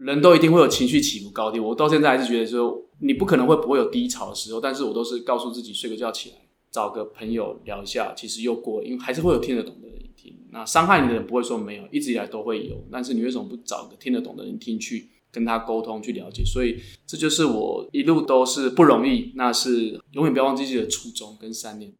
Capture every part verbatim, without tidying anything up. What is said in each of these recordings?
人都一定会有情绪起伏高低，我到现在还是觉得说你不可能会不会有低潮的时候，但是我都是告诉自己睡个觉起来找个朋友聊一下，其实又过了，因为还是会有听得懂的人听。那伤害你的人不会说没有，一直以来都会有，但是你为什么不找个听得懂的人听，去跟他沟通，去了解？所以这就是我一路都是不容易，那是永远不要忘记自己的初衷跟善念。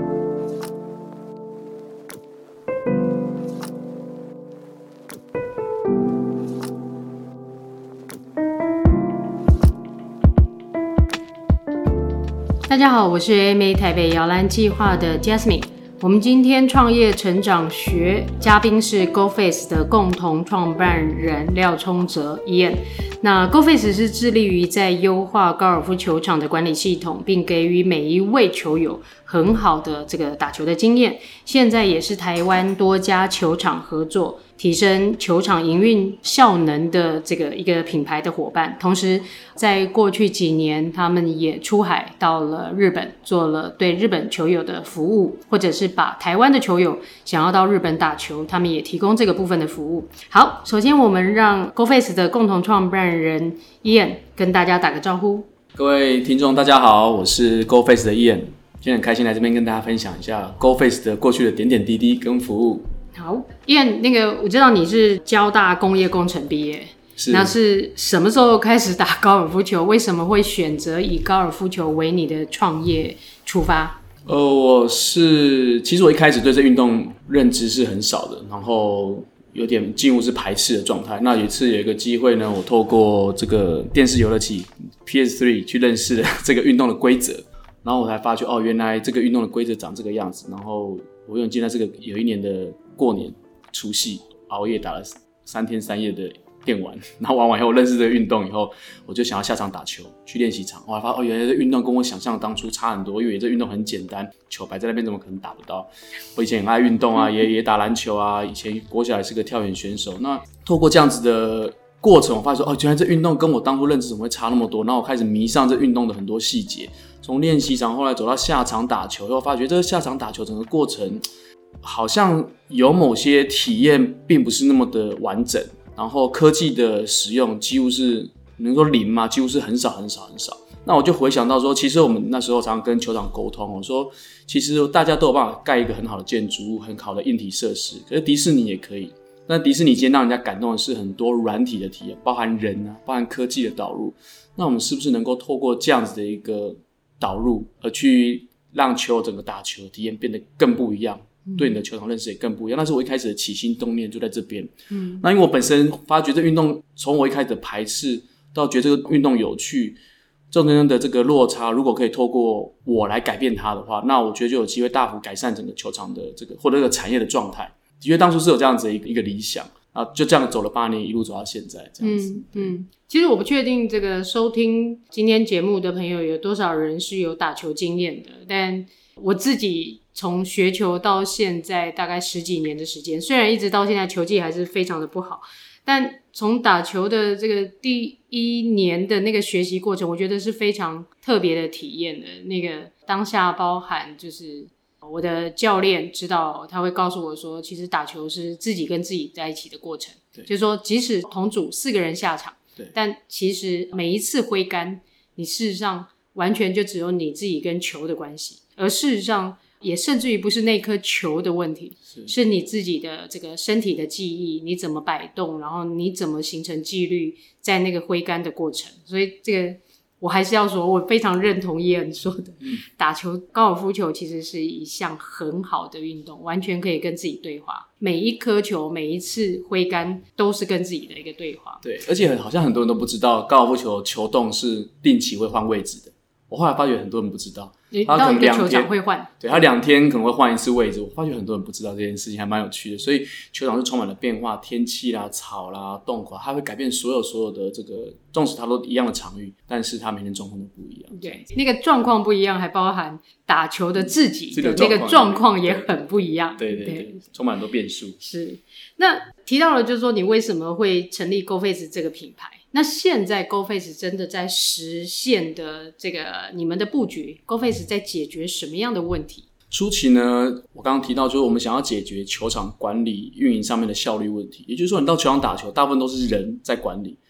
大家好，我是 A M A 台北摇篮计划的 Jasmine。我们今天创业成长学嘉宾是 GoFace 的共同创办人廖聪哲 Ian。那 GoFace 是致力于在优化高尔夫球场的管理系统，并给予每一位球友很好的这个打球的经验。现在也是台湾多家球场合作，提升球场营运效能的这个一个品牌的伙伴。同时在过去几年他们也出海到了日本，做了对日本球友的服务，或者是把台湾的球友想要到日本打球，他们也提供这个部分的服务。好，首先我们让 GoFace 的共同创办人 Ian 跟大家打个招呼。 各位听众大家好，我是 GoFace 的 Ian， 今天很开心来这边跟大家分享一下 GoFace 的过去的点点滴滴跟服务。 好，Ian，那个我知道你是交大工业工程毕业，是那是什么时候开始打高尔夫球？为什么会选择以高尔夫球为你的创业出发？ 呃，我是其实我一开始对这运动认知是很少的，然后有点近乎是排斥的状态。那有一次有一个机会呢，我透过这个电视游乐器 P S 三 去认识了这个运动的规则，然后我才发觉哦，原来这个运动的规则长这个样子。然后我永远记得这个有一年的过年除夕熬夜打了三天三夜的电玩，然后玩完以后认识这个运动以后，我就想要下场打球去练习场。我还发现哦，原来这运动跟我想象当初差很多，我以为这运动很简单，球摆在那边怎么可能打不到？我以前很爱运动啊，也也打篮球啊，以前国小也是个跳远选手。那透过这样子的过程，我发现说哦，原来这运动跟我当初认知怎么会差那么多？然后我开始迷上这运动的很多细节，从练习场后来走到下场打球，后发觉这个下场打球整个过程好像有某些体验并不是那么的完整。然后科技的使用几乎是能说零吗？几乎是很少很少很少。那我就回想到说，其实我们那时候常常跟球场沟通，我说其实大家都有办法盖一个很好的建筑物，很好的硬体设施，可是迪士尼也可以。那迪士尼今天让人家感动的是很多软体的体验，包含人啊，包含科技的导入。那我们是不是能够透过这样子的一个导入，而去让球整个打球体验变得更不一样？对你的球场认识也更不一样，那是我一开始的起心动念就在这边。嗯，那因为我本身发觉这运动，从我一开始的排斥到觉得这个运动有趣，中间的这个落差，如果可以透过我来改变它的话，那我觉得就有机会大幅改善整个球场的这个或者这个产业的状态。的确当初是有这样子的一个一个理想啊，就这样走了八年，一路走到现在这样子。嗯嗯，其实我不确定这个收听今天节目的朋友有多少人是有打球经验的，但我自己从学球到现在大概十几年的时间，虽然一直到现在球技还是非常的不好，但从打球的这个第一年的那个学习过程，我觉得是非常特别的体验的。那个当下包含就是我的教练知道，他会告诉我说，其实打球是自己跟自己在一起的过程，就是说即使同组四个人下场，但其实每一次挥杆，你事实上完全就只有你自己跟球的关系，而事实上也甚至于不是那颗球的问题， 是, 是你自己的这个身体的记忆，你怎么摆动，然后你怎么形成纪律在那个挥杆的过程。所以这个我还是要说，我非常认同叶恩说的、嗯、打球高尔夫球其实是一项很好的运动，完全可以跟自己对话，每一颗球每一次挥杆都是跟自己的一个对话。 对，而且好像很多人都不知道高尔夫球球洞是定期会换位置的，我后来发觉很多人不知道，他可能两天到一个球场会换， 对，他两天可能会换一次位置。我发觉很多人不知道这件事情，还蛮有趣的。所以球场是充满了变化，天气啦、草啦、洞口，它会改变所有所有的这个，纵使它都一样的场域，但是它每天状况都不一样。 对，那个状况不一样，还包含打球的自己的那个状况也很不一样。 对对 对, 对，充满很多变数。 是，那提到了就是说，你为什么会成立 GoFace 这个品牌？那现在 GoFace 真的在实现的这个你们的布局 ，GoFace 在解决什么样的问题？ 初期呢，我刚刚提到就是我们想要解决球场管理运营上面的效率问题，也就是说你到球场打球大部分都是人在管理，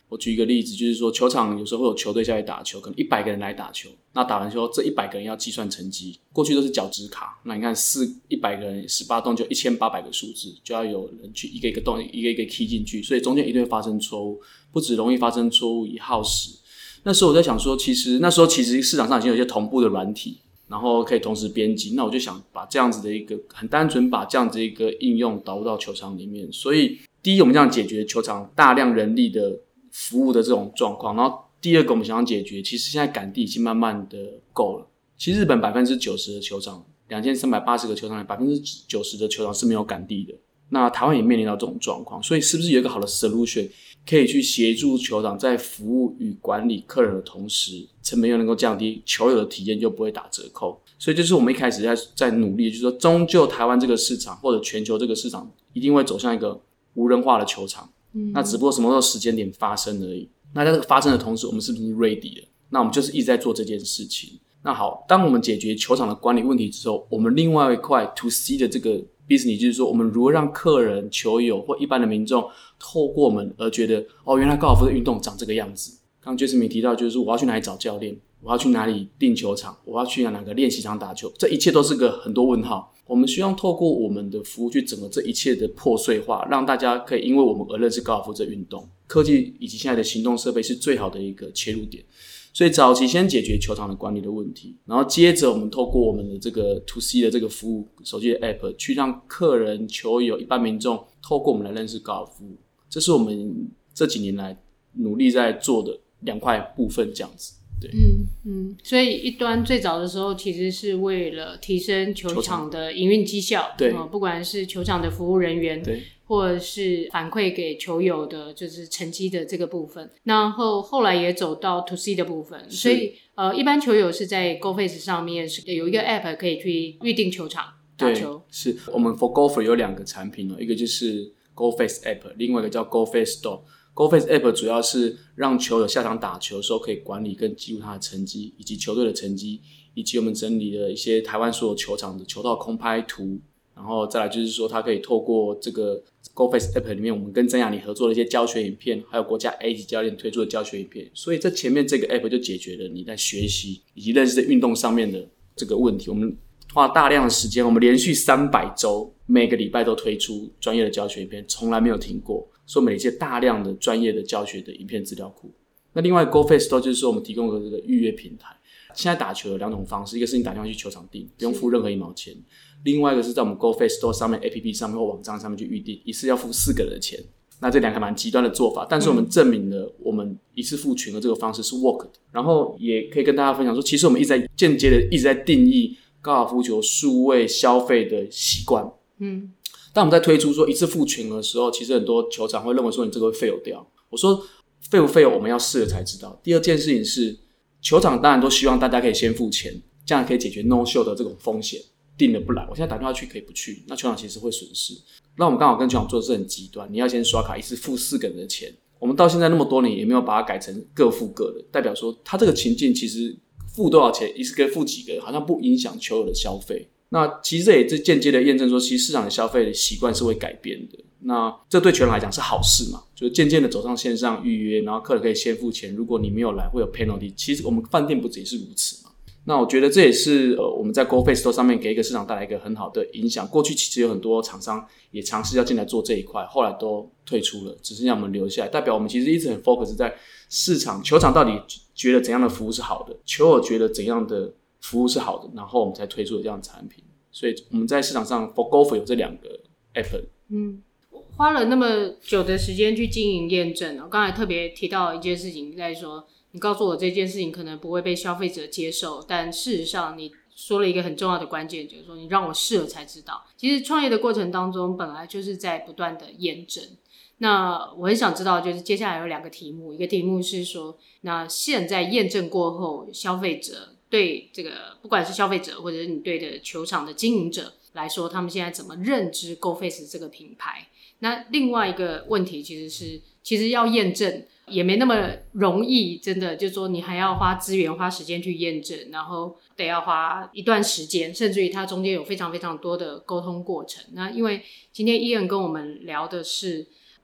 我举一个例子，就是说球场有时候会有球队下来打球，可能一百个人来打球，那打完球这一百个人要计算成绩，过去都是脚趾卡，那你看四一百个人十八洞就一千八百个数字，就要有人去一个一个洞一个一个 key 进去，所以中间一定会发生错误，不只容易发生错误，也耗时。那时候我在想说，其实那时候其实市场上已经有一些同步的软体，然后可以同时编辑，那我就想把这样子的一个很单纯把这样子的一个应用导入到球场里面。所以第一我们这样解决球场大量人力的服务的这种状况，然后第二个我们想要解决，其实现在赶地已经慢慢的够了。其实日本 百分之九十 的球场，两千三百八十个球场里 百分之九十 的球场是没有赶地的，那台湾也面临到这种状况，所以是不是有一个好的 solution 可以去协助球场在服务与管理客人的同时，成本又能够降低，球友的体验就不会打折扣。所以就是我们一开始在在努力，就是说终究台湾这个市场或者全球这个市场一定会走向一个无人化的球场，嗯，那只不过什么时候时间点发生而已。那在这个发生的同时，我们是不是 ready 了？那我们就是一直在做这件事情。那好，当我们解决球场的管理问题之后，我们另外一块 to C 的这个 business 就是说，我们如何让客人、球友或一般的民众透过我们而觉得，哦，原来高尔夫的运动长这个样子。刚刚 Jasmine 提到，就是说我要去哪里找教练，我要去哪里订球场，我要去哪个练习场打球，这一切都是个很多问号。我们希望透过我们的服务去整个这一切的破碎化，让大家可以因为我们而认识高尔夫这运动。科技以及现在的行动设备是最好的一个切入点。所以早期先解决球场的管理的问题，然后接着我们透过我们的这个 to C 的这个服务手机的 app 去让客人、球友、一般民众透过我们来认识高尔夫。这是我们这几年来努力在做的两块部分，这样子。对， 嗯嗯，所以一端最早的时候其实是为了提升球场的营运绩效， 对、 嗯，不管是球场的服务人员， 对， 或者是反馈给球友的就是成绩的这个部分，然后后来也走到 to C 的部分，所以呃，一般球友是在 GoFace 上面是有一个 app 可以去预定球场打球。 对，是我们 for golfer 有两个产品，一个就是 GoFace app， 另外一个叫 GoFace Store。GoFace app 主要是让球友下场打球的时候可以管理跟记录他的成绩，以及球队的成绩，以及我们整理了一些台湾所有球场的球道空拍图，然后再来就是说他可以透过这个 GoFace app 里面我们跟曾雅妮合作的一些教学影片，还有国家 A 级教练推出的教学影片，所以在前面这个 app 就解决了你在学习以及认识运动上面的这个问题。我们花大量的时间，我们连续三百周每个礼拜都推出专业的教学影片，从来没有停过，所以我们累积大量的专业的教学的影片资料库。那另外 GoFace Store 就是说我们提供的这个预约平台，现在打球有两种方式，一个是你打电话去球场订，不用付任何一毛钱，另外一个是在我们 GoFace Store 上面 A P P 上面或网站上面去预订，一次要付四个人的钱。那这两个蛮极端的做法，但是我们证明了我们一次付全额这个方式是 work 的，然后也可以跟大家分享说，其实我们一直在间接的一直在定义高尔夫球数位消费的习惯。嗯，当我们在推出说一次付全额的时候，其实很多球场会认为说你这个会 fail 掉。我说 fail 不 fail 我们要试了才知道。第二件事情是，球场当然都希望大家可以先付钱，这样可以解决 no show 的这种风险，订了不来，我现在打电话去可以不去，那球场其实会损失。那我们刚好跟球场做的是很极端，你要先刷卡一次付四个人的钱，我们到现在那么多年也没有把它改成各付各的，代表说他这个情境其实付多少钱一次可以付几个好像不影响球友的消费。那其实这也是间接的验证说，其实市场的消费的习惯是会改变的，那这对球员来讲是好事嘛，就是渐渐的走上线上预约，然后客人可以先付钱，如果你没有来会有 penalty， 其实我们饭店不只是如此嘛。那我觉得这也是呃我们在 GoFace Store 上面给一个市场带来一个很好的影响。过去其实有很多厂商也尝试要进来做这一块，后来都退出了，只剩下我们留下来，代表我们其实一直很 focus 在市场球场到底觉得怎样的服务是好的，球友觉得怎样的服务是好的，然后我们才推出了这样的产品。所以我们在市场上 for golfer 有这两个 app。 嗯，花了那么久的时间去经营验证，我刚才特别提到一件事情，在说你告诉我这件事情可能不会被消费者接受，但事实上你说了一个很重要的关键，就是说你让我试了才知道。其实创业的过程当中本来就是在不断的验证。那我很想知道，就是接下来有两个题目，一个题目是说，那现在验证过后，消费者对这个不管是消费者或者是你对的球场的经营者来说，他们现在怎么认知 GoFace 这个品牌。那另外一个问题其实是其实要验证也没那么容易，真的就是说你还要花资源花时间去验证，然后得要花一段时间，甚至于它中间有非常非常多的沟通过程。那因为今天 Ian 跟我们聊的是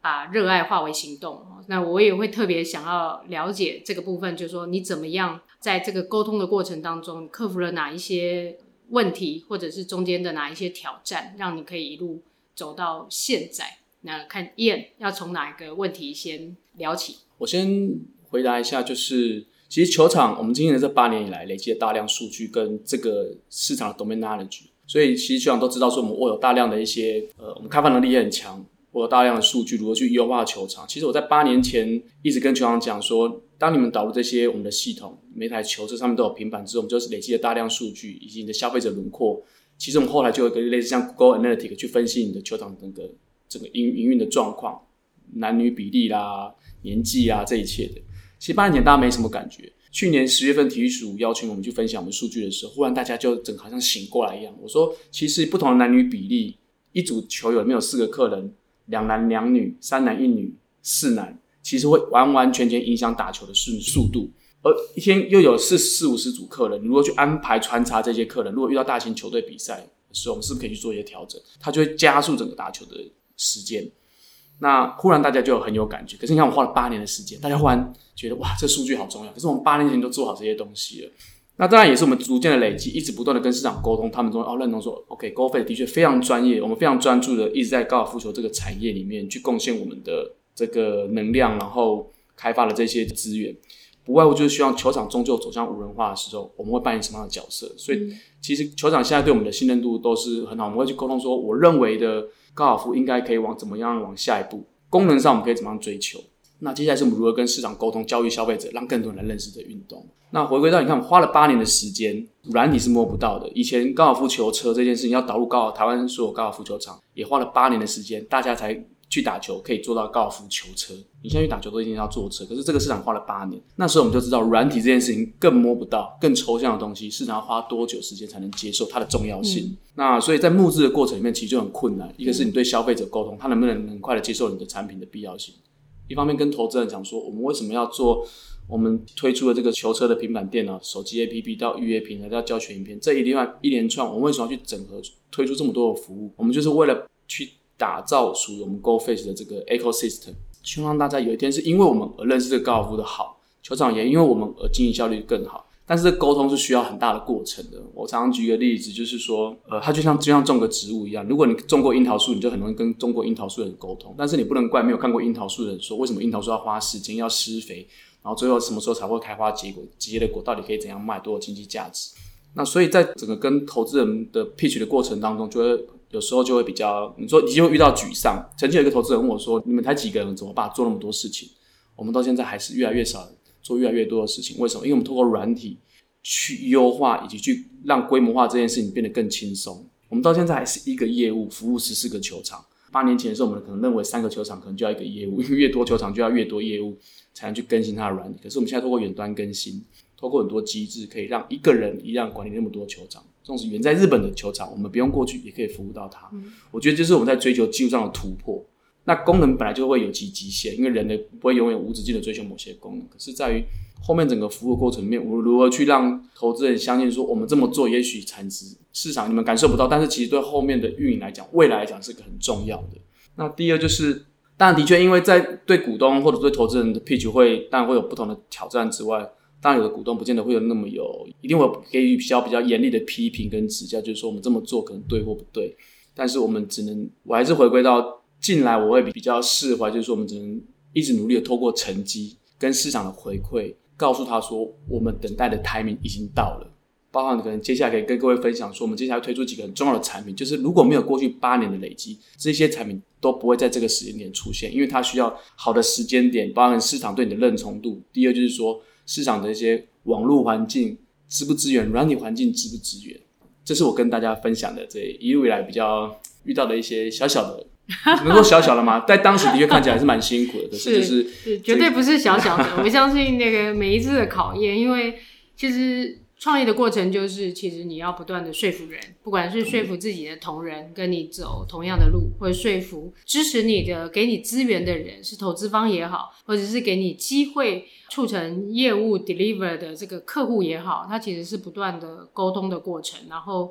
把热爱化为行动。那我也会特别想要了解这个部分，就是说你怎么样在这个沟通的过程当中克服了哪一些问题，或者是中间的哪一些挑战，让你可以一路走到现在。那看 Ian 要从哪一个问题先聊起？ 我先回答一下，就是其实球场我们经营的这八年以来累积了大量数据跟这个市场的 domain knowledge， 所以其实球场都知道说我们握有大量的一些呃，我们开发能力也很强，我有大量的数据如何去优化球场。其实我在八年前一直跟球场讲说，当你们导入这些我们的系统，每台球车上面都有平板之后，我们就是累积了大量数据以及你的消费者轮廓。其实我们后来就有一个类似像 Google Analytics 去分析你的球场整个整个营营运的状况，男女比例啦、年纪啊这一切的。其实八年前大家没什么感觉，去年十月份体育署邀请我们去分享我们数据的时候，忽然大家就整个好像醒过来一样。我说其实不同的男女比例，一组球友里面有四个客人，两男两女，三男一女，四男，其实会完完全全影响打球的速度。而一天又有四四五十组客人，如果去安排穿插这些客人，如果遇到大型球队比赛的时候，我们是不是可以去做一些调整？它就会加速整个打球的时间。那忽然大家就很有感觉，可是你看我花了八年的时间，大家忽然觉得哇，这数据好重要。可是我们八年前都做好这些东西了。那当然也是我们逐渐的累积，一直不断的跟市场沟通，他们都哦认同说 ，OK， GoFit 的确非常专业，我们非常专注的一直在高尔夫球这个产业里面去贡献我们的这个能量，然后开发了这些资源。不外乎就是希望球场终究走向无人化的时候，我们会扮演什么样的角色。所以其实球场现在对我们的信任度都是很好，我们会去沟通说，我认为的高尔夫应该可以往怎么样往下一步，功能上我们可以怎么样追求。那接下来是我们如何跟市场沟通，教育消费者，让更多人来认识这运动。那回归到你看，我们花了八年的时间，软体是摸不到的。以前高尔夫球车这件事情要导入高台湾所有高尔夫球场，也花了八年的时间，大家才去打球可以做到高尔夫球车。你现在去打球都一定要坐车，可是这个市场花了八年。那时候我们就知道，软体这件事情更摸不到，更抽象的东西，市场要花多久时间才能接受它的重要性？嗯、那所以在募资的过程里面，其实就很困难。一个是你对消费者沟通，他能不能很快的接受你的产品的必要性。一方面跟投资人讲说，我们为什么要做我们推出的这个球车的平板电脑、手机 A P P 到预约平台到教学影片，这一连一连串，我们为什么要去整合推出这么多的服务？我们就是为了去打造属于我们 GoFace 的这个 ecosystem， 希望让大家有一天是因为我们而认识这个高尔夫的好，球场也因为我们而经营效率更好。但是这沟通是需要很大的过程的。我常常举一个例子，就是说，呃，它就像就像种个植物一样，如果你种过樱桃树，你就很容易跟种过樱桃树的人沟通。但是你不能怪没有看过樱桃树的人说，为什么樱桃树要花时间、要施肥，然后最后什么时候才会开花结果，结的果到底可以怎样卖，多有经济价值。那所以在整个跟投资人的 pitch 的过程当中，就会有时候就会比较，你说你就会遇到沮丧。曾经有一个投资人问我说：“你们才几个人，怎么办做那么多事情？”我们到现在还是越来越少人做越来越多的事情。为什么？因为我们透过软体去优化以及去让规模化这件事情变得更轻松。我们到现在还是一个业务服务十四个球场。八年前的时候，我们可能认为三个球场可能就要一个业务，因为越多球场就要越多业务才能去更新它的软体。可是我们现在透过远端更新，透过很多机制，可以让一个人一样管理那么多球场。纵使远在日本的球场，我们不用过去也可以服务到它。嗯、我觉得这是我们在追求技术上的突破。那功能本来就会有其极限，因为人类不会永远无止境的追求某些功能。可是在于后面整个服务过程里面，我如何去让投资人相信说，我们这么做也许产值市场你们感受不到，但是其实对后面的运营来讲，未来来讲是个很重要的。那第二就是，当然的确因为在对股东或者对投资人的 pitch 会当然会有不同的挑战之外，当然有的股东不见得会有那么有，一定会给予比较比较严厉的批评跟指教，就是说我们这么做可能对或不对。但是我们只能，我还是回归到进来，我会比较释怀，就是说我们只能一直努力的透过成绩跟市场的回馈，告诉他说我们等待的 timing 已经到了。包含可能接下来可以跟各位分享说，我们接下来推出几个很重要的产品，就是如果没有过去八年的累积，这些产品都不会在这个时间点出现，因为它需要好的时间点，包含市场对你的认同度。第二就是说市场的一些网络环境支不支援，软体环境支不支援，这是我跟大家分享的这一路以来比较遇到的一些小小的，能说小小的吗？在当时的确看起来是蛮辛苦的，可是就是、 是, 是绝对不是小小的。我相信那个每一次的考验，因为其实创业的过程就是，其实你要不断的说服人，不管是说服自己的同仁跟你走同样的路，或者说服支持你的、给你资源的人，是投资方也好，或者是给你机会促成业务 deliver 的这个客户也好，它其实是不断的沟通的过程，然后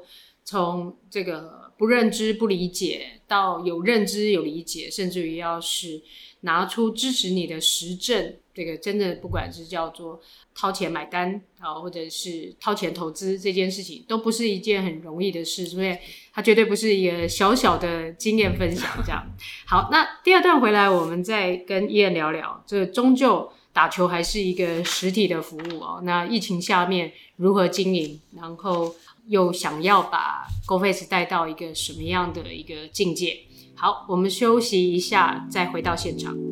从这个不认知不理解到有认知有理解，甚至于要是拿出支持你的实证，这个真的不管是叫做掏钱买单啊，或者是掏钱投资，这件事情都不是一件很容易的事，所以它绝对不是一个小小的经验分享这样。好，那第二段回来我们再跟Ian聊聊，这终究打球还是一个实体的服务哦。那疫情下面如何经营，然后又想要把 GoFace 带到一个什么样的一个境界？好，我们休息一下，再回到现场。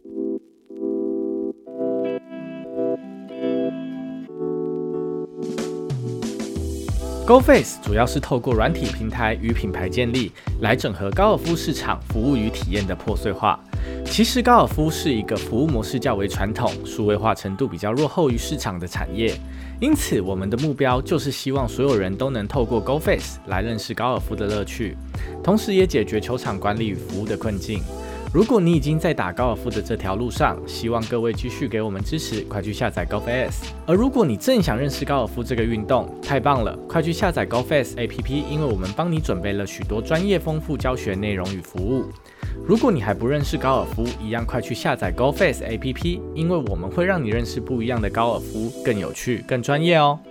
GoFace 主要是透过软体平台与品牌建立，来整合高尔夫市场服务与体验的破碎化。其实高尔夫是一个服务模式较为传统、数位化程度比较落后于市场的产业，因此我们的目标就是希望所有人都能透过 GoFace 来认识高尔夫的乐趣，同时也解决球场管理与服务的困境。如果你已经在打高尔夫的这条路上，希望各位继续给我们支持，快去下载 GoFace。而如果你正想认识高尔夫这个运动，太棒了，快去下载 GoFace A P P， 因为我们帮你准备了许多专业丰富教学内容与服务。如果你还不认识高尔夫，一样快去下载 GoFace A P P， 因为我们会让你认识不一样的高尔夫，更有趣、更专业哦。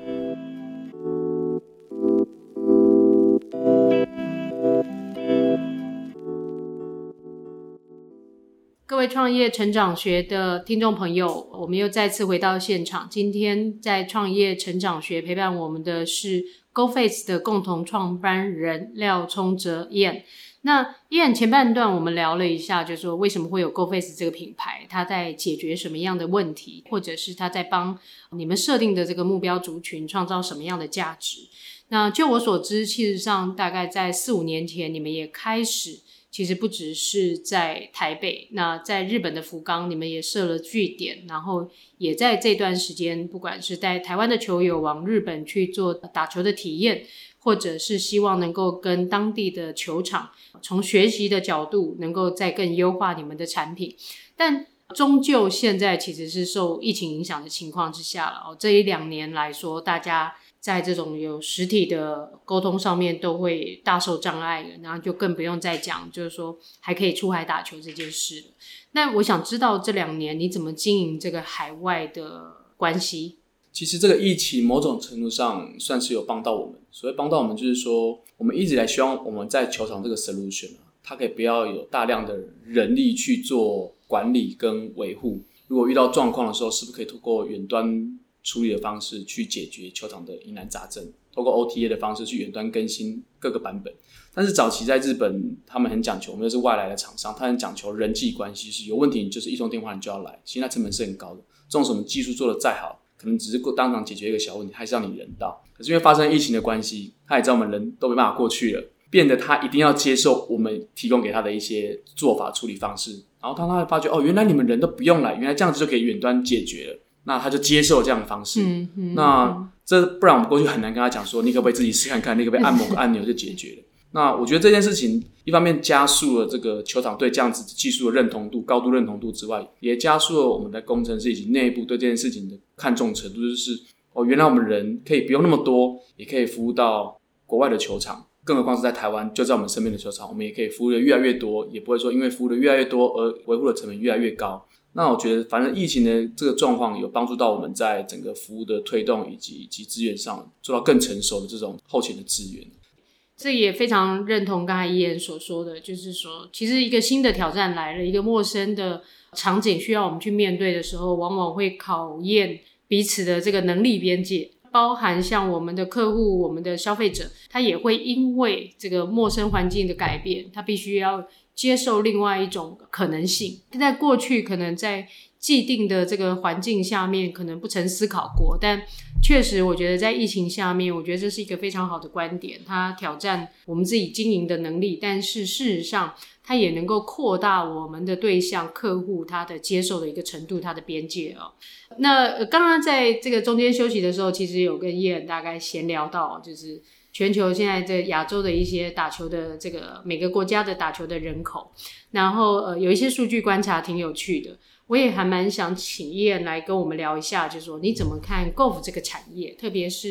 各位创业成长学的听众朋友，我们又再次回到现场。今天在创业成长学陪伴我们的是 GoFace 的共同创办人廖聪哲 Ian。那 Ian 前半段我们聊了一下，就是说为什么会有 GoFace 这个品牌，它在解决什么样的问题，或者是它在帮你们设定的这个目标族群创造什么样的价值。那就我所知，其实上大概在四五年前，你们也开始其实不只是在台北，那在日本的福冈你们也设了据点，然后也在这段时间不管是带台湾的球友往日本去做打球的体验，或者是希望能够跟当地的球场从学习的角度能够再更优化你们的产品。但终究现在其实是受疫情影响的情况之下了、哦、这一两年来说，大家在这种有实体的沟通上面都会大受障碍的，然后就更不用再讲就是说还可以出海打球这件事了。那我想知道这两年你怎么经营这个海外的关系？ 其实这个疫情某种程度上算是有帮到我们，所谓帮到我们就是说我们一直来希望我们在球场这个 solution 它可以不要有大量的人力去做管理跟维护，如果遇到状况的时候是不是可以透过远端处理的方式去解决球场的疑难杂症，透过 O T A 的方式去远端更新各个版本。但是早期在日本他们很讲求，我们又是外来的厂商，他很讲求人际关系，就是有问题你就是一通电话你就要来，其实那成本是很高的，纵使我们技术做得再好，可能只是当场解决一个小问题，还是让你人到。可是因为发生疫情的关系，他也知道我们人都没办法过去了，变得他一定要接受我们提供给他的一些做法处理方式，然后当他会发觉哦，原来你们人都不用来，原来这样子就可以远端解决了，那他就接受这样的方式。嗯嗯、那这不然我们过去很难跟他讲说，你可不可以自己试看看，你可不可以按某个按钮就解决了。那我觉得这件事情一方面加速了这个球场对这样子技术的认同度、高度认同度之外，也加速了我们的工程师以及内部对这件事情的看重程度，就是哦，原来我们人可以不用那么多，也可以服务到国外的球场，更何况是在台湾就在我们身边的球场，我们也可以服务的越来越多，也不会说因为服务的越来越多而维护的成本越来越高。那我觉得反正疫情的这个状况有帮助到我们在整个服务的推动以及以及资源上做到更成熟的这种后勤的资源。 这也非常认同刚才Ian所说的，就是说其实一个新的挑战来了，一个陌生的场景需要我们去面对的时候，往往会考验彼此的这个能力边界，包含像我们的客户、我们的消费者，他也会因为这个陌生环境的改变，他必须要接受另外一种可能性。在过去可能在既定的这个环境下面可能不曾思考过，但确实我觉得在疫情下面，我觉得这是一个非常好的观点，它挑战我们自己经营的能力，但是事实上它也能够扩大我们的对象客户他的接受的一个程度，他的边界哦。那刚刚在这个中间休息的时候，其实有跟Ian大概闲聊到，就是全球现在在亚洲的一些打球的这个每个国家的打球的人口，然后呃有一些数据观察挺有趣的，我也还蛮想请Ian来跟我们聊一下，就是说你怎么看 Golf 这个产业，特别是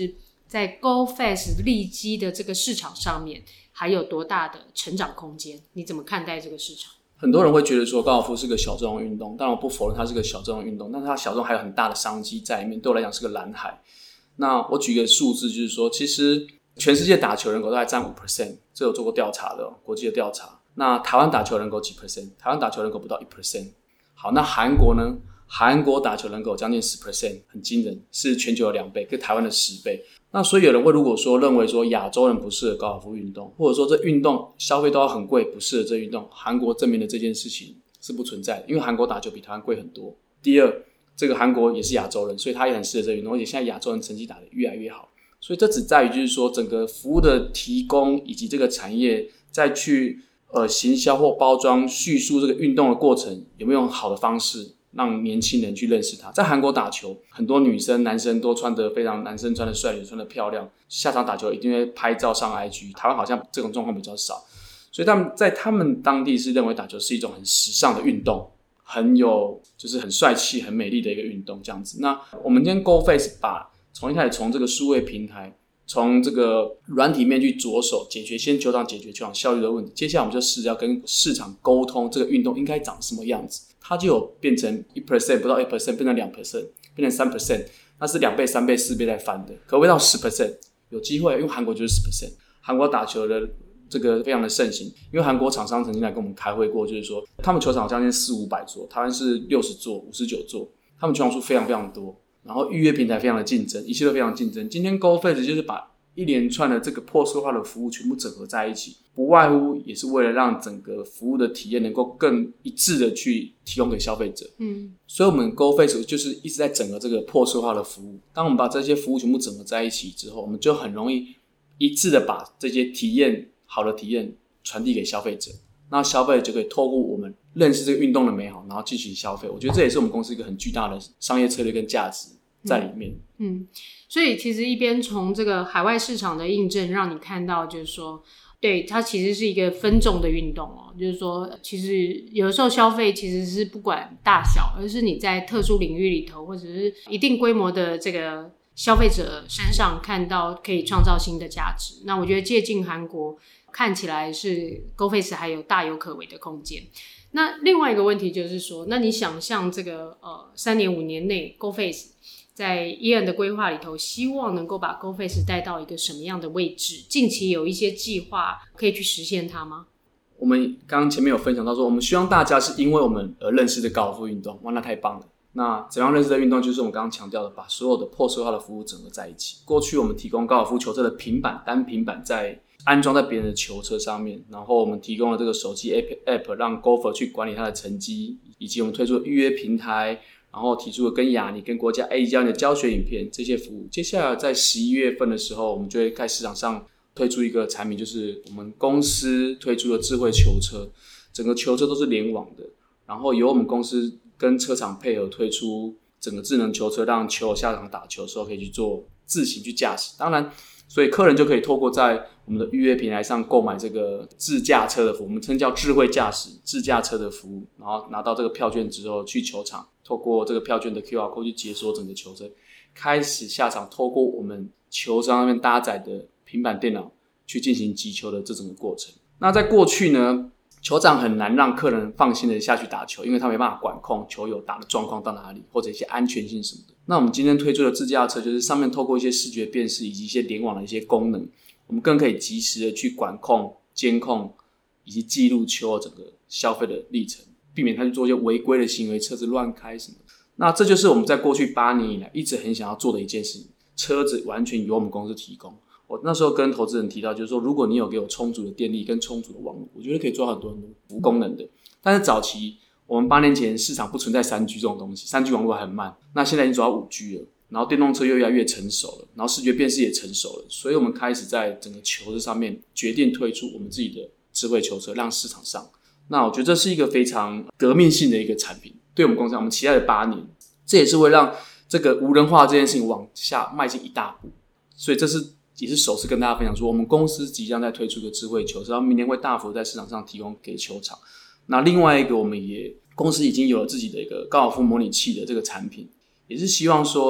在 GoFast 利基的这个市场上面还有多大的成长空间？你怎么看待这个市场？ 很多人会觉得说高尔夫是个小众运动，当然我不否认它是个小众运动，但是它小众还有很大的商机在里面，对我来讲是个蓝海。那我举个数字，就是说其实全世界打球人口都还占 百分之五， 这有做过调查的、哦、国际的调查。那台湾打球人口几 percent？ 台湾打球人口不到 百分之一。 好，那韩国呢？韩国打球人口将近 百分之十， 很惊人，是全球的两倍，跟台湾的十倍。那所以有人会如果说认为说亚洲人不适合高尔夫运动，或者说这运动消费都要很贵，不适合这运动，韩国证明了这件事情是不存在的，因为韩国打球比台湾贵很多。第二，这个韩国也是亚洲人，所以他也很适合这运动，而且现在亚洲人成绩打得越来越好。所以这只在于就是说整个服务的提供以及这个产业再去呃行销或包装叙述这个运动的过程有没有好的方式让年轻人去认识它。在韩国打球，很多女生男生都穿得非常，男生穿得帅，女生穿得漂亮，下场打球一定会拍照上 I G。 台湾好像这种状况比较少，所以他们在他们当地是认为打球是一种很时尚的运动，很有就是很帅气很美丽的一个运动这样子。那我们今天 GoFast 把从一开始从这个数位平台，从这个软体面去着手解决先球场解决球场效率的问题，接下来我们就试着要跟市场沟通这个运动应该长什么样子。它就有变成 百分之一 不到 百分之一， 变成 百分之二， 变成 百分之三， 那是两倍三倍四倍在翻的，可不可以到 百分之十？ 有机会，因为韩国就是 百分之十。 韩国打球的这个非常的盛行，因为韩国厂商曾经来跟我们开会过，就是说他们球场将近四五百座，台湾是六十座五十九座，他们球场数非常非常多，然后预约平台非常的竞争，一切都非常竞争。今天 GoFast 就是把一连串的这个破碎化的服务全部整合在一起，不外乎也是为了让整个服务的体验能够更一致的去提供给消费者。嗯，所以我们 GoFast 就是一直在整合这个破碎化的服务。当我们把这些服务全部整合在一起之后，我们就很容易一致的把这些体验好的体验传递给消费者，那消费者就可以透过我们认识这个运动的美好，然后进行消费。我觉得这也是我们公司一个很巨大的商业策略跟价值在里面。嗯， 嗯，所以其实一边从这个海外市场的印证让你看到就是说对，它其实是一个分众的运动哦，就是说其实有的时候消费其实是不管大小，而是你在特殊领域里头或者是一定规模的这个消费者身上看到可以创造新的价值。那我觉得借鉴韩国看起来是 GoFast 还有大有可为的空间。那另外一个问题就是说，那你想象这个呃三年五年内 GoFast 在 Ian 的规划里头，希望能够把 GoFast 带到一个什么样的位置？近期有一些计划可以去实现它吗？ 我们刚刚前面有分享到说，我们希望大家是因为我们而认识的高尔夫运动，哇，那太棒了。那怎样认识的运动，就是我们刚刚强调的，把所有的破碎化的服务整合在一起。过去我们提供高尔夫球车的平板，单平板在安装在别人的球车上面，然后我们提供了这个手机 app， 让 golfer 去管理他的成绩，以及我们推出的预约平台，然后提出了跟雅尼、跟国家 A 教练的教学影片这些服务。接下来在十一月份的时候，我们就会在市场上推出一个产品，就是我们公司推出的智慧球车，整个球车都是联网的，然后由我们公司跟车厂配合推出整个智能球车，让球友下场打球的时候可以去做自行去驾驶。当然，所以客人就可以透过在我们的预约平台上购买这个自驾车的服务，我们称叫智慧驾驶自驾车的服务，然后拿到这个票券之后去球场，透过这个票券的 Q R code 去解锁整个球车，开始下场，透过我们球场上面搭载的平板电脑去进行击球的这整个过程。那在过去呢，球场很难让客人放心的下去打球，因为他没办法管控球友打的状况到哪里，或者一些安全性什么的。那我们今天推出的自驾车，就是上面透过一些视觉辨识以及一些联网的一些功能，我们更可以及时的去管控、监控以及记录球友整个消费的历程，避免他去做一些违规的行为，车子乱开什么的。那这就是我们在过去八年以来一直很想要做的一件事情，车子完全由我们公司提供。我那时候跟投资人提到，就是说，如果你有给我充足的电力跟充足的网络，我觉得可以做很多很多服务功能的。但是早期我们八年前市场不存在 三 G 这种东西， 三 G 网络还很慢，那现在已经走到 五 G 了，然后电动车又越来越成熟了，然后视觉辨识也成熟了，所以我们开始在整个球车上面决定推出我们自己的智慧球车，让市场上。那我觉得这是一个非常革命性的一个产品，对我们公司我们期待了八年，这也是会让这个无人化这件事情往下迈进一大步。所以这是也是首次跟大家分享说，我们公司即将在推出一个智慧球车，然后明年会大幅在市场上提供给球场。那另外一个，我们也公司已经有了自己的一个高尔夫模拟器的这个产品，也是希望说我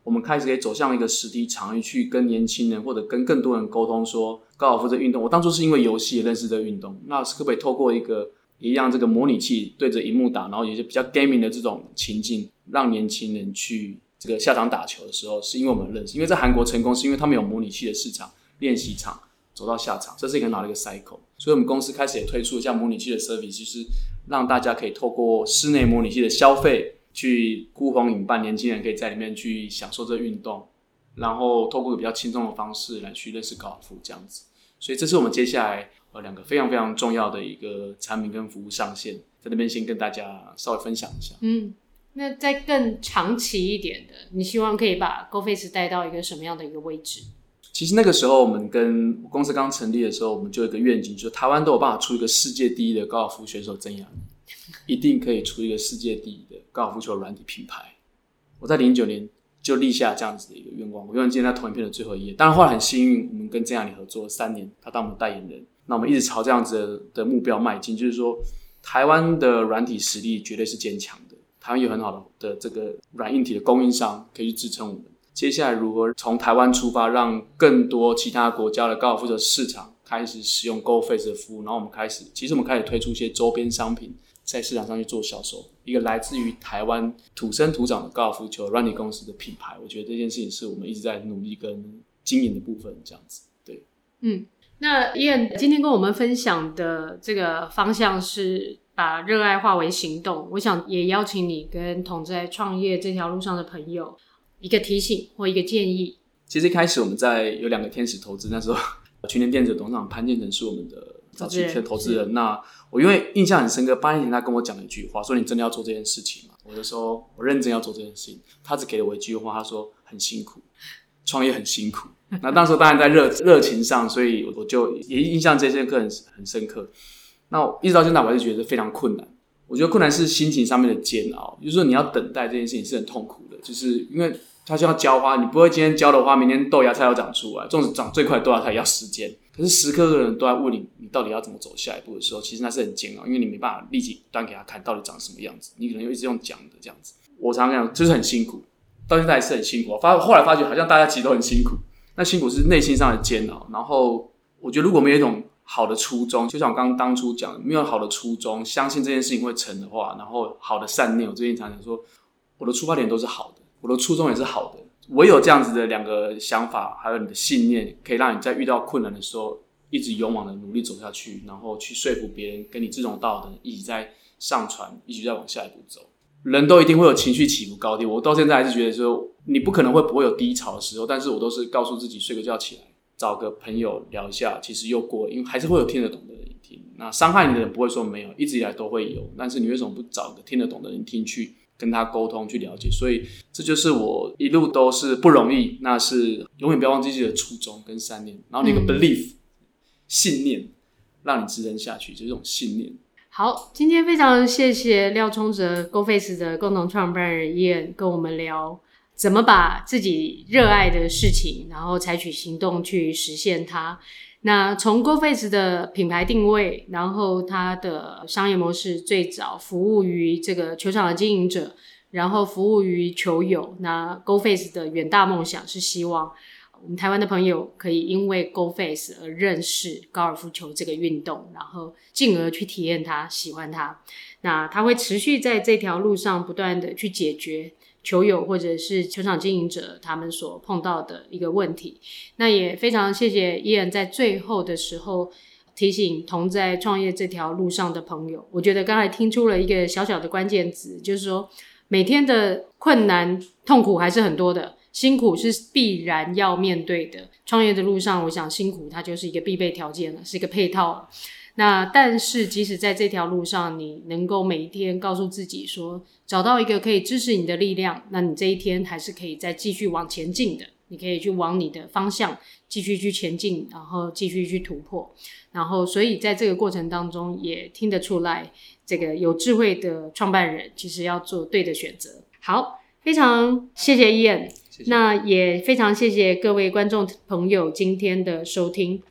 我们开始可以走向一个实体场域，去跟年轻人或者跟更多人沟通说高尔夫这运动，我当初是因为游戏认识这个运动，那可不可以透过一个一样这个模拟器对着萤幕打，然后有些比较 gaming 的这种情境，让年轻人去这个下场打球的时候，是因为我们认识，因为在韩国成功是因为他们有模拟器的市场、练习场，走到下场，这是一个很好的一个 cycle。所以我们公司开始也推出像模拟器的 service， 就是让大家可以透过室内模拟器的消费，去呼朋引伴，年轻人可以在里面去享受这个运动，然后透过比较轻松的方式来去认识高尔夫这样子。所以这是我们接下来呃两个非常非常重要的一个产品跟服务上线，在那边先跟大家稍微分享一下。 嗯，那再更长期一点的，你希望可以把 GoFace 带到一个什么样的一个位置？ 其实那个时候我们跟公司刚成立的时候，我们就有一个愿景，就是台湾都有办法出一个世界第一的高尔夫选手曾雅妮，一定可以出一个世界第一的高尔夫球软体品牌。我在零九年就立下这样子的一个愿望，我永远记得在投影片的最后一页。当然后来很幸运，我们跟曾雅妮合作了三年，他当我们代言人，那我们一直朝这样子 的, 的目标迈进，就是说台湾的软体实力绝对是坚强的，台湾有很好的这个软硬体的供应商可以去支撑我们。接下来如何从台湾出发，让更多其他国家的高尔夫球市场开始使用 GoFace 的服务，然后我们开始，其实我们开始推出一些周边商品在市场上去做销售，一个来自于台湾土生土长的高尔夫球软体公司的品牌。我觉得这件事情是我们一直在努力跟经营的部分，这样子。对， 嗯，那 Ian 今天跟我们分享的这个方向是把热爱化为行动，我想也邀请你跟同在创业这条路上的朋友一个提醒或一个建议。 其实一开始我们在有两个天使投资，那时候群联电子董事长潘建成是我们的早期的投资人。那我因为印象很深刻，八年前他跟我讲了一句话，说你真的要做这件事情吗？我就说我认真要做这件事情。他只给了我一句话，他说很辛苦，创业很辛苦。那当时当然在热热情上，所以我就也印象这些课很很深刻。那一直到现在，我还是觉得非常困难。我觉得困难是心情上面的煎熬，就是说你要等待这件事情是很痛苦的，就是因为它就要浇花，你不会今天浇的花，明天豆芽菜要长出来，纵使长最快的豆芽菜也要时间。可是时刻的人都在问你，你到底要怎么走下一步的时候，其实那是很煎熬，因为你没办法立即端给他看到底长什么样子，你可能又一直用讲的这样子。我常常讲，就是很辛苦，到现在还是很辛苦。发后来发觉好像大家其实都很辛苦，那辛苦是内心上的煎熬。然后我觉得如果没有一种好的初衷，就像我刚刚当初讲的，没有好的初衷，相信这件事情会成的话，然后好的善念，我最近常常说，我的出发点都是好的，我的初衷也是好的。唯有这样子的两个想法，还有你的信念，可以让你在遇到困难的时候，一直勇往的努力走下去，然后去说服别人，跟你志同道合的人一起在上传，一起在往下一步走。人都一定会有情绪起伏高低，我到现在还是觉得说，你不可能会不会有低潮的时候，但是我都是告诉自己，睡个觉起来，找个朋友聊一下，其实又过了，因为还是会有听得懂的人听。那伤害你的人不会说没有，一直以来都会有，但是你为什么不找个听得懂的人听，去跟他沟通，去了解？所以这就是我一路都是不容易，那是永远不要忘记自己的初衷跟善念，然后你有个 belief、嗯、信念，让你支撑下去，就是这种信念。 好，今天非常谢谢廖冲哲 GoFace 的共同创办人 Ian 跟我们聊怎么把自己热爱的事情，然后采取行动去实现它。那从 GoFace 的品牌定位，然后它的商业模式最早服务于这个球场的经营者，然后服务于球友。那 GoFace 的远大梦想是希望我们台湾的朋友可以因为 GoFace 而认识高尔夫球这个运动，然后进而去体验它，喜欢它。那它会持续在这条路上不断的去解决球友或者是球场经营者他们所碰到的一个问题。那也非常谢谢 Ian 在最后的时候提醒同在创业这条路上的朋友，我觉得刚才听出了一个小小的关键字，就是说每天的困难痛苦还是很多的，辛苦是必然要面对的。创业的路上，我想辛苦它就是一个必备条件了，是一个配套了。那但是即使在这条路上，你能够每一天告诉自己说，找到一个可以支持你的力量，那你这一天还是可以再继续往前进的，你可以去往你的方向继续去前进，然后继续去突破。然后所以在这个过程当中也听得出来，这个有智慧的创办人其实要做对的选择。好，非常谢谢 Ian， 谢谢。那也非常谢谢各位观众朋友今天的收听。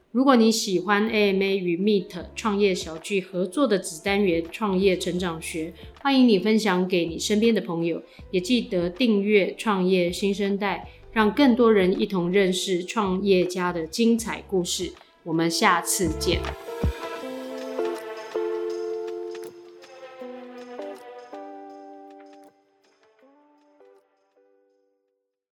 如果你喜欢 A M A 与 Meet 创业小聚合作的子单元创业成长学，欢迎你分享给你身边的朋友，也记得订阅创业新生代，让更多人一同认识创业家的精彩故事。我们下次见。